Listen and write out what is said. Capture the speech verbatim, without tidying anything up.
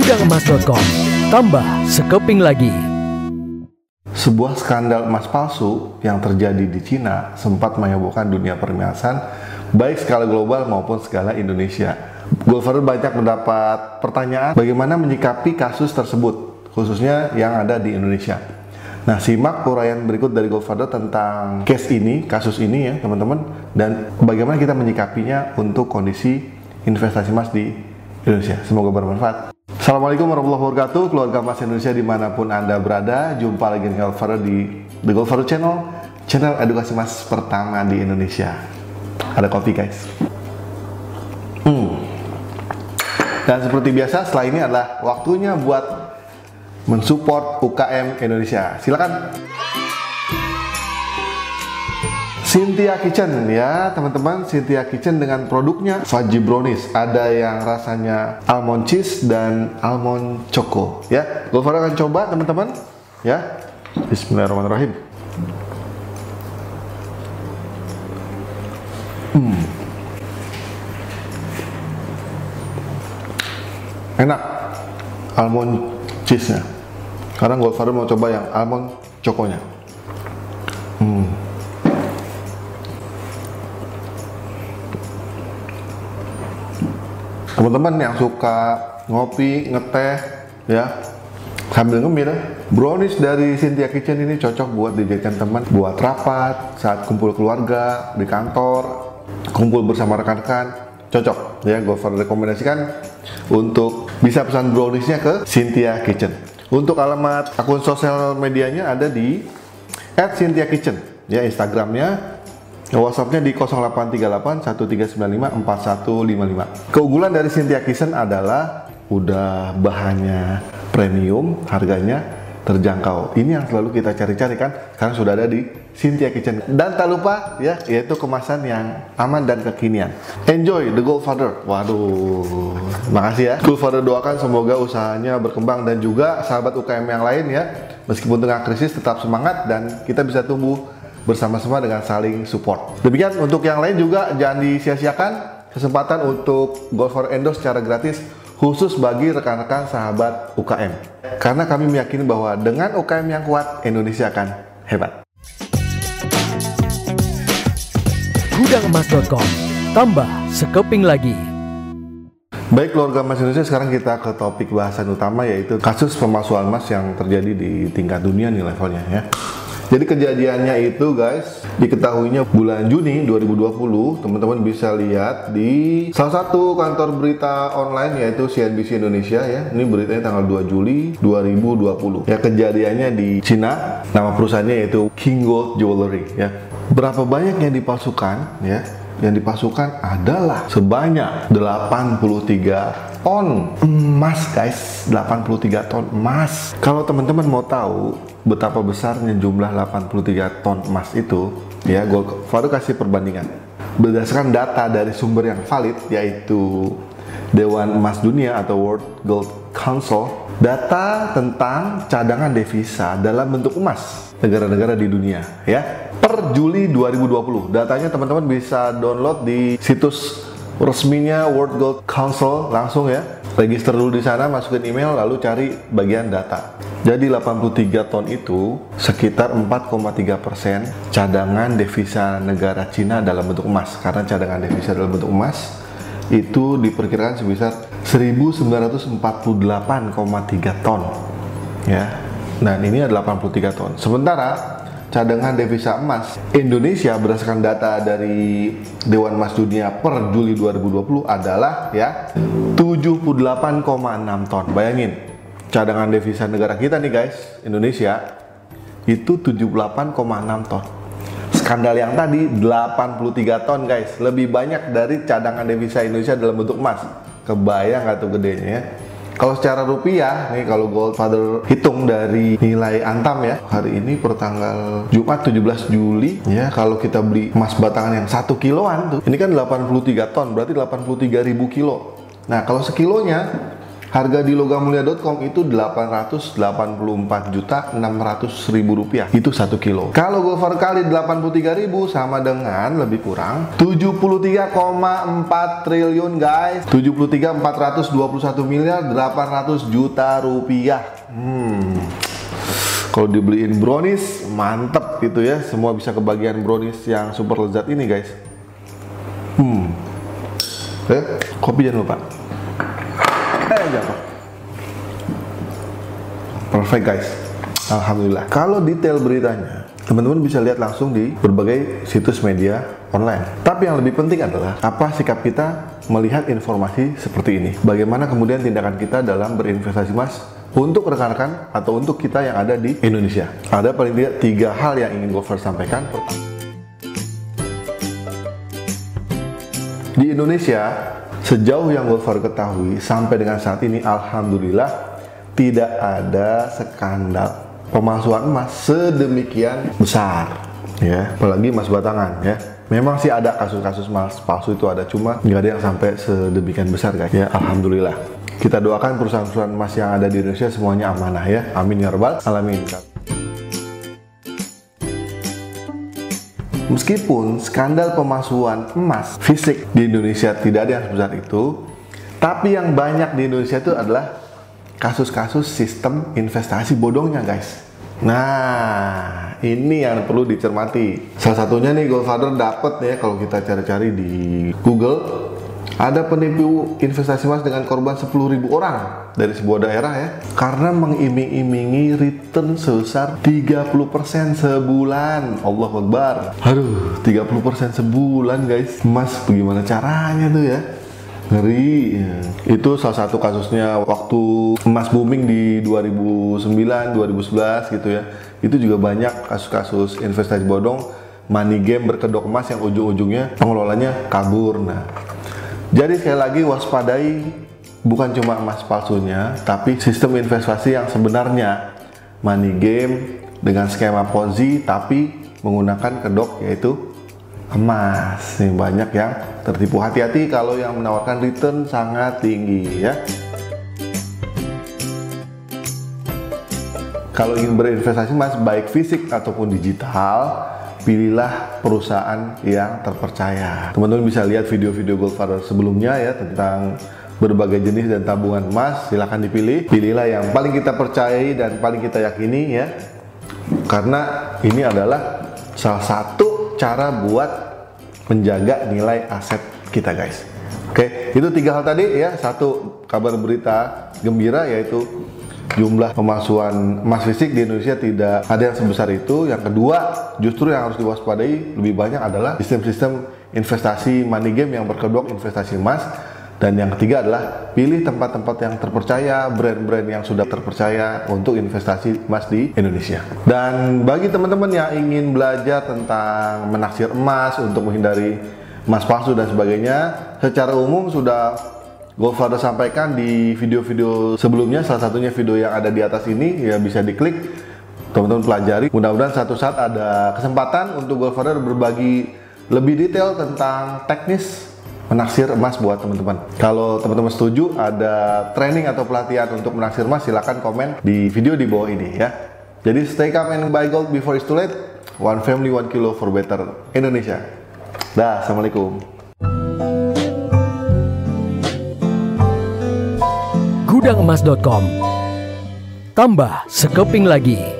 gudang emas titik com, tambah sekeping lagi. Sebuah skandal emas palsu yang terjadi di Cina sempat menghebohkan dunia permiasan, baik skala global maupun skala Indonesia. Goldfather banyak mendapat pertanyaan bagaimana menyikapi kasus tersebut, khususnya yang ada di Indonesia. Nah, simak uraian berikut dari Goldfather tentang case ini, kasus ini ya teman-teman, dan bagaimana kita menyikapinya untuk kondisi investasi emas di Indonesia. Semoga bermanfaat. Assalamualaikum warahmatullahi wabarakatuh, keluarga emas Indonesia dimanapun Anda berada. Jumpa lagi dengan Goldfather di The Goldfather Channel, channel edukasi emas pertama di Indonesia. Ada kopi guys. Hmm. Dan seperti biasa, setelah ini adalah waktunya buat mensupport U K M Indonesia. Silakan. Cynthia Kitchen ya teman-teman, Cynthia Kitchen dengan produknya Fudgy Brownies. Ada yang rasanya almond cheese dan almond choco ya. Goldfather akan coba teman-teman ya. Bismillahirrahmanirrahim. Hmm. Enak almond cheese-nya. Sekarang Goldfather mau coba yang almond choco-nya. Hmm. Teman-teman yang suka ngopi, ngeteh ya sambil ngemil, brownies dari Cynthia Kitchen ini cocok buat dijadikan teman buat rapat, saat kumpul keluarga, di kantor, kumpul bersama rekan-rekan, cocok ya. Goldfather rekomendasikan untuk bisa pesan browniesnya ke Cynthia Kitchen. Untuk alamat akun sosial medianya ada di et cynthia kitchen ya, Instagramnya, WhatsAppnya di nol delapan tiga delapan satu tiga sembilan lima empat satu lima lima. Keunggulan dari Cynthia Kitchen adalah udah bahannya premium, harganya terjangkau. Ini yang selalu kita cari-cari kan, sekarang sudah ada di Cynthia Kitchen. Dan tak lupa ya, yaitu kemasan yang aman dan kekinian. Enjoy the Goldfather. Waduh, makasih ya. Goldfather doakan semoga usahanya berkembang dan juga sahabat U K M yang lain ya, meskipun tengah krisis tetap semangat dan kita bisa tumbuh bersama-sama dengan saling support. Demikian untuk yang lain juga jangan disia-siakan kesempatan untuk Goldfather endorse secara gratis khusus bagi rekan-rekan sahabat U K M. Karena kami meyakini bahwa dengan U K M yang kuat, Indonesia akan hebat. gudang emas titik com, tambah sekeping lagi. Baik keluarga emas Indonesia, sekarang kita ke topik bahasan utama, yaitu kasus pemalsuan emas yang terjadi di tingkat dunia nih levelnya ya. Jadi kejadiannya itu guys, diketahuinya bulan Juni dua ribu dua puluh, teman-teman bisa lihat di salah satu kantor berita online yaitu C N B C Indonesia ya. Ini beritanya tanggal dua Juli dua ribu dua puluh. Ya, kejadiannya di Cina, nama perusahaannya yaitu King Gold Jewelry ya. Berapa banyak yang dipalsukan ya? Yang dipalsukan adalah sebanyak delapan puluh tiga ton emas guys, delapan puluh tiga ton emas. Kalau teman-teman mau tahu betapa besarnya jumlah delapan puluh tiga ton emas itu ya, Goldfather kasih perbandingan berdasarkan data dari sumber yang valid, yaitu Dewan Emas Dunia atau World Gold Council. Data tentang cadangan devisa dalam bentuk emas negara-negara di dunia ya, per Juli dua ribu dua puluh. Datanya teman-teman bisa download di situs resminya World Gold Council langsung ya. Register dulu di sana, masukin email, lalu cari bagian data. Jadi delapan puluh tiga ton itu sekitar empat koma tiga persen cadangan devisa negara Cina dalam bentuk emas. Karena cadangan devisa dalam bentuk emas itu diperkirakan sebesar seribu sembilan ratus empat puluh delapan koma tiga ton ya. Dan ini adalah delapan puluh tiga ton. Sementara cadangan devisa emas Indonesia berdasarkan data dari Dewan Emas Dunia per Juli dua ribu dua puluh adalah ya tujuh puluh delapan koma enam ton. Bayangin, cadangan devisa negara kita nih guys, Indonesia itu tujuh puluh delapan koma enam ton. Skandal yang tadi delapan puluh tiga ton guys, lebih banyak dari cadangan devisa Indonesia dalam bentuk emas. Kebayang nggak tuh gedenya ya? Kalau secara rupiah, nih kalau Goldfather hitung dari nilai Antam ya, hari ini per tanggal Jumat tujuh belas Juli ya, kalau kita beli emas batangan yang satu kiloan tuh, ini kan delapan puluh tiga ton, berarti delapan puluh tiga ribu kilo. Nah, kalau sekilonya Harga di logammulia dot com itu delapan ratus delapan puluh empat juta enam ratus ribu rupiah. Itu satu kilo. Kalau Goldfather kali delapan puluh tiga ribu sama dengan lebih kurang tujuh puluh tiga koma empat triliun guys. tujuh puluh tiga empat ratus dua puluh satu miliar delapan ratus juta rupiah. Hmm. Kalau dibeliin brownies mantep gitu ya. Semua bisa kebagian brownies yang super lezat ini guys. Hmm. Eh, kopi jangan lupa. Eh, jatuh. Perfect guys. Alhamdulillah. Kalau detail beritanya, teman-teman bisa lihat langsung di berbagai situs media online. Tapi yang lebih penting adalah apa sikap kita melihat informasi seperti ini. Bagaimana kemudian tindakan kita dalam berinvestasi emas untuk rekan-rekan atau untuk kita yang ada di Indonesia. Ada paling tidak tiga hal yang ingin Goldfather sampaikan. Di Indonesia, sejauh yang Goldfather ketahui sampai dengan saat ini, alhamdulillah tidak ada skandal pemalsuan emas sedemikian besar, ya. Apalagi emas batangan, ya. Memang sih ada kasus-kasus emas palsu itu ada, cuma nggak ada yang sampai sedemikian besar, guys. Ya, alhamdulillah. Kita doakan perusahaan-perusahaan emas yang ada di Indonesia semuanya amanah, ya. Amin ya rabbal alamin. Meskipun skandal pemalsuan emas fisik di Indonesia tidak ada yang sebesar itu, tapi yang banyak di Indonesia itu adalah kasus-kasus sistem investasi bodongnya guys. Nah, ini yang perlu dicermati. Salah satunya nih Goldfather dapat ya, kalau kita cari-cari di Google, ada penipu investasi emas dengan korban sepuluh ribu orang dari sebuah daerah ya, karena mengiming-imingi return sebesar tiga puluh persen sebulan. Allahu Akbar. Aduh, tiga puluh persen sebulan guys. Mas, bagaimana caranya tuh ya? Ngeri. Itu salah satu kasusnya waktu emas booming di dua ribu sembilan, dua ribu sebelas gitu ya. Itu juga banyak kasus-kasus investasi bodong, money game berkedok emas yang ujung-ujungnya pengelolanya kabur. Nah, jadi sekali lagi waspadai bukan cuma emas palsunya, tapi sistem investasi yang sebenarnya money game dengan skema Ponzi tapi menggunakan kedok yaitu emas. Ini banyak yang tertipu. Hati-hati kalau yang menawarkan return sangat tinggi ya. Kalau ingin berinvestasi emas baik fisik ataupun digital, pilihlah perusahaan yang terpercaya. Teman-teman bisa lihat video-video Goldfather sebelumnya ya tentang berbagai jenis dan tabungan emas. Silahkan dipilih. Pilihlah yang paling kita percayai dan paling kita yakini ya. Karena ini adalah salah satu cara buat menjaga nilai aset kita guys. Oke, itu tiga hal tadi ya. Satu, kabar berita gembira yaitu jumlah pemalsuan emas fisik di Indonesia tidak ada yang sebesar itu. Yang kedua, justru yang harus diwaspadai lebih banyak adalah sistem-sistem investasi money game yang berkedok investasi emas. Dan yang ketiga adalah pilih tempat-tempat yang terpercaya, brand-brand yang sudah terpercaya untuk investasi emas di Indonesia. Dan bagi teman-teman yang ingin belajar tentang menaksir emas untuk menghindari emas palsu dan sebagainya, secara umum sudah Goldfather sampaikan di video-video sebelumnya, salah satunya video yang ada di atas ini, ya bisa diklik, teman-teman pelajari. Mudah-mudahan satu saat ada kesempatan untuk Goldfather berbagi lebih detail tentang teknis menaksir emas buat teman-teman. Kalau teman-teman setuju ada training atau pelatihan untuk menaksir emas, silahkan komen di video di bawah ini ya. Jadi stay calm and buy gold before it's too late. One family, one kilo for better Indonesia. Dah, assalamualaikum. gudang emas dot com. Tambah sekeping lagi.